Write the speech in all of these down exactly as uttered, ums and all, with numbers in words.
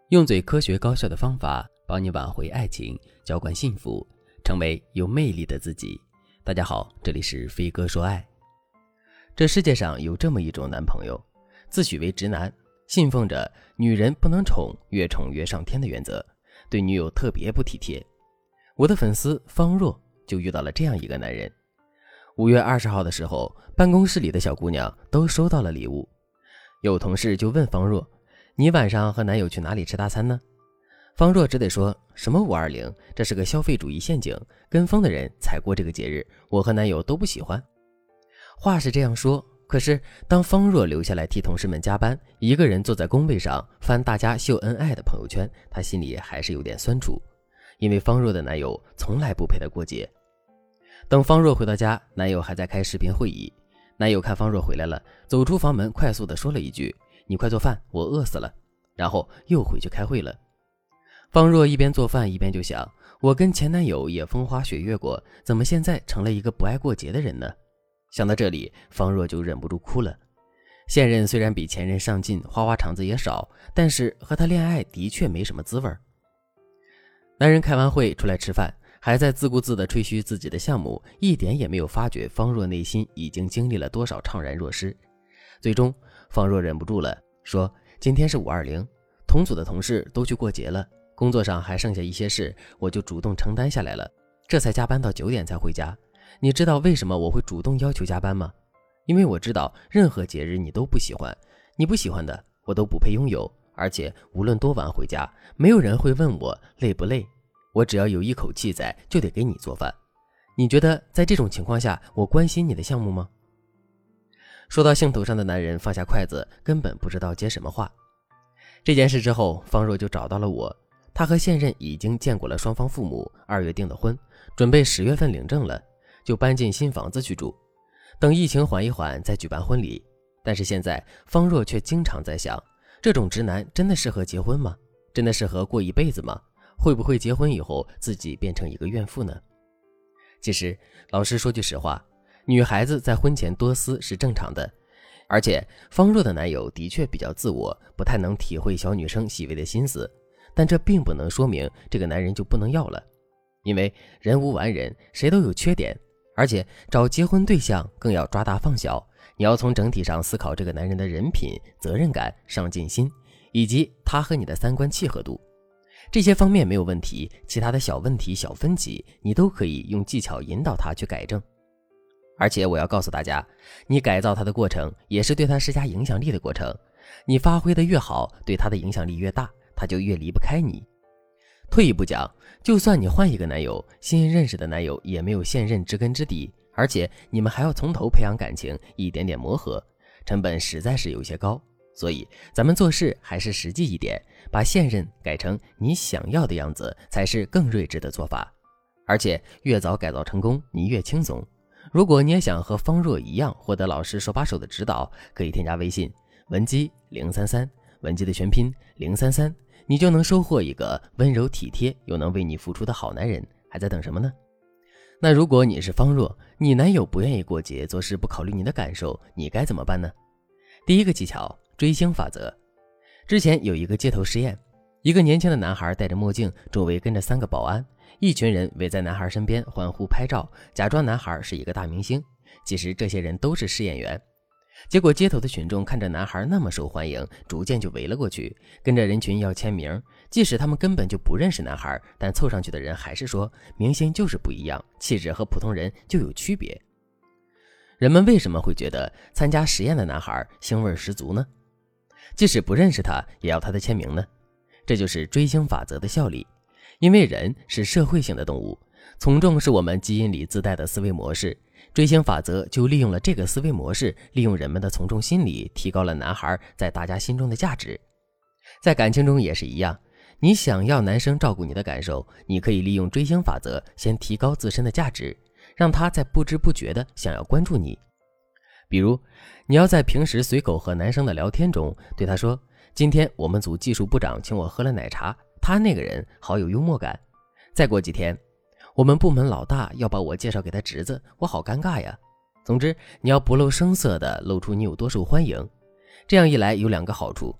用最科学高效的方法帮你挽回爱情，浇灌幸福，成为有魅力的自己。大家好，这里是飞哥说爱。这世界上有这么一种男朋友，自诩为直男，信奉着女人不能宠，越宠越上天的原则，对女友特别不体贴。我的粉丝方若就遇到了这样一个男人。五月二十号的时候，办公室里的小姑娘都收到了礼物。有同事就问方若，你晚上和男友去哪里吃大餐呢？方若只得说什么五二零，这是个消费主义陷阱，跟风的人才过这个节日，我和男友都不喜欢。话是这样说，可是当方若留下来替同事们加班，一个人坐在工位上翻大家秀恩爱的朋友圈，她心里还是有点酸楚，因为方若的男友从来不陪她过节。等方若回到家，男友还在开视频会议。男友看方若回来了，走出房门，快速地说了一句，你快做饭，我饿死了，然后又回去开会了。方若一边做饭一边就想，我跟前男友也风花雪月过，怎么现在成了一个不爱过节的人呢？想到这里，方若就忍不住哭了。现任虽然比前任上进，花花肠子也少，但是和他恋爱的确没什么滋味。男人开完会出来吃饭，还在自顾自地吹嘘自己的项目，一点也没有发觉方若内心已经经历了多少怅然若失。最终方若忍不住了，说今天是五二零，同组的同事都去过节了，工作上还剩下一些事，我就主动承担下来了，这才加班到九点才回家。你知道为什么我会主动要求加班吗？因为我知道任何节日你都不喜欢，你不喜欢的我都不配拥有，而且无论多晚回家，没有人会问我累不累，我只要有一口气在，就得给你做饭。你觉得在这种情况下，我关心你的项目吗？说到兴头上的男人放下筷子，根本不知道接什么话。这件事之后，方若就找到了我。他和现任已经见过了双方父母，二月订的婚，准备十月份领证了，就搬进新房子去住，等疫情缓一缓再举办婚礼。但是现在方若却经常在想，这种直男真的适合结婚吗？真的适合过一辈子吗？会不会结婚以后自己变成一个怨妇呢？其实老实说句实话，女孩子在婚前多思是正常的，而且方若的男友的确比较自我，不太能体会小女生细微的心思，但这并不能说明这个男人就不能要了。因为人无完人，谁都有缺点，而且找结婚对象更要抓大放小，你要从整体上思考这个男人的人品、责任感、上进心，以及他和你的三观契合度。这些方面没有问题，其他的小问题、小分歧，你都可以用技巧引导他去改正。而且我要告诉大家，你改造他的过程也是对他施加影响力的过程，你发挥的越好，对他的影响力越大，他就越离不开你。退一步讲，就算你换一个男友，新认识的男友也没有现任知根知底，而且你们还要从头培养感情，一点点磨合，成本实在是有些高。所以咱们做事还是实际一点，把现任改成你想要的样子，才是更睿智的做法。而且越早改造成功，你越轻松。如果你也想和方若一样获得老师手把手的指导，可以添加微信文姬零三三，文姬的全拼零三三，你就能收获一个温柔体贴又能为你付出的好男人，还在等什么呢？那如果你是方若，你男友不愿意过节，做事不考虑你的感受，你该怎么办呢？第一个技巧，追星法则。之前有一个街头实验，一个年轻的男孩戴着墨镜，周围跟着三个保安，一群人围在男孩身边欢呼拍照，假装男孩是一个大明星，其实这些人都是试验员。结果街头的群众看着男孩那么受欢迎，逐渐就围了过去，跟着人群要签名。即使他们根本就不认识男孩，但凑上去的人还是说，明星就是不一样，气质和普通人就有区别。人们为什么会觉得参加实验的男孩腥味十足呢？即使不认识他，也要他的签名呢？这就是追星法则的效力。因为人是社会性的动物，从众是我们基因里自带的思维模式，追星法则就利用了这个思维模式，利用人们的从众心理，提高了男孩在大家心中的价值。在感情中也是一样，你想要男生照顾你的感受，你可以利用追星法则先提高自身的价值，让他在不知不觉的想要关注你。比如你要在平时随口和男生的聊天中对他说，今天我们组技术部长请我喝了奶茶，他那个人好有幽默感。再过几天我们部门老大要把我介绍给他侄子，我好尴尬呀。总之你要不露声色的露出你有多受欢迎。这样一来有两个好处，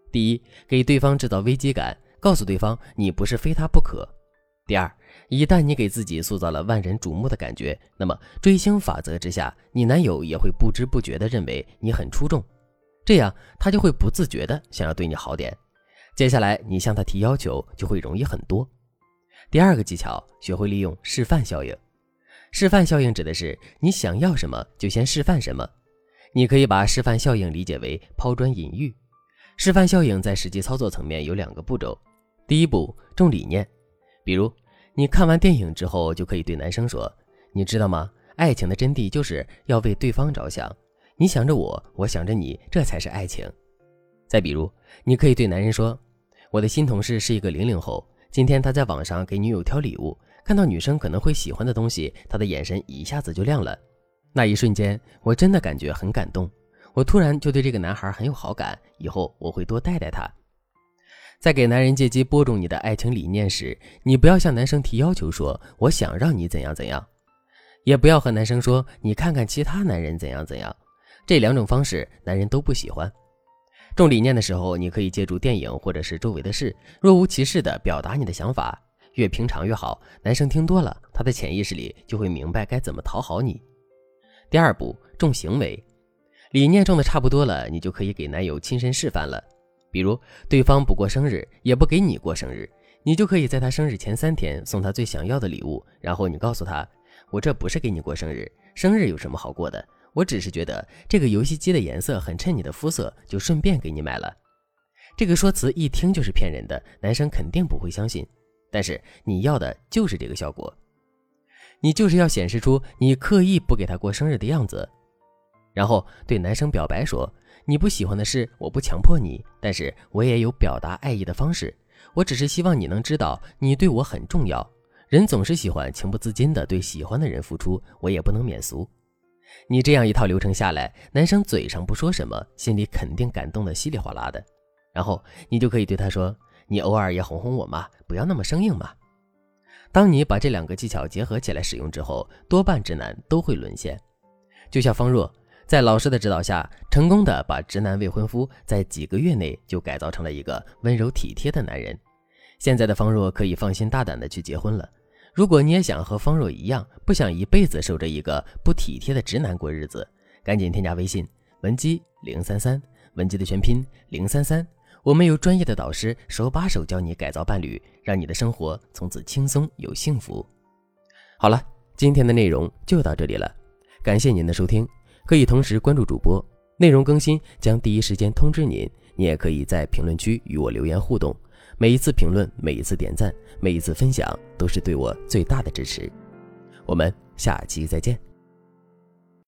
第一，给对方制造危机感，告诉对方你不是非他不可。第二，一旦你给自己塑造了万人瞩目的感觉，那么追星法则之下，你男友也会不知不觉地认为你很出众，这样他就会不自觉地想要对你好点。接下来你向他提要求就会容易很多。第二个技巧，学会利用示范效应。示范效应指的是你想要什么就先示范什么。你可以把示范效应理解为抛砖引玉。示范效应在实际操作层面有两个步骤。第一步，重理念。比如你看完电影之后，就可以对男生说，你知道吗？爱情的真谛就是要为对方着想，你想着我，我想着你，这才是爱情。再比如，你可以对男人说，我的新同事是一个零零后，今天他在网上给女友挑礼物，看到女生可能会喜欢的东西，他的眼神一下子就亮了。那一瞬间，我真的感觉很感动，我突然就对这个男孩很有好感，以后我会多带带他。在给男人借机播种你的爱情理念时，你不要向男生提要求说我想让你怎样怎样，也不要和男生说你看看其他男人怎样怎样，这两种方式男人都不喜欢。种理念的时候，你可以借助电影或者是周围的事，若无其事地表达你的想法，越平常越好，男生听多了，他的潜意识里就会明白该怎么讨好你。第二步，重行为。理念种的差不多了，你就可以给男友亲身示范了。比如对方不过生日，也不给你过生日，你就可以在他生日前三天送他最想要的礼物，然后你告诉他，我这不是给你过生日，生日有什么好过的，我只是觉得这个游戏机的颜色很衬你的肤色，就顺便给你买了。这个说辞一听就是骗人的，男生肯定不会相信，但是你要的就是这个效果。你就是要显示出你刻意不给他过生日的样子，然后对男生表白说，你不喜欢的事我不强迫你，但是我也有表达爱意的方式，我只是希望你能知道你对我很重要，人总是喜欢情不自禁地对喜欢的人付出，我也不能免俗。你这样一套流程下来，男生嘴上不说什么，心里肯定感动得稀里哗啦的，然后你就可以对他说，你偶尔也哄哄我嘛，不要那么生硬嘛。当你把这两个技巧结合起来使用之后，多半直男都会沦陷。就像方若在老师的指导下，成功的把直男未婚夫在几个月内就改造成了一个温柔体贴的男人。现在的方若可以放心大胆的去结婚了。如果你也想和方若一样，不想一辈子守着一个不体贴的直男过日子，赶紧添加微信文姬零三三，文姬的全拼零三三，我们有专业的导师手把手教你改造伴侣，让你的生活从此轻松有幸福。好了，今天的内容就到这里了，感谢您的收听，可以同时关注主播，内容更新将第一时间通知您。你也可以在评论区与我留言互动，每一次评论，每一次点赞，每一次分享，都是对我最大的支持。我们下期再见。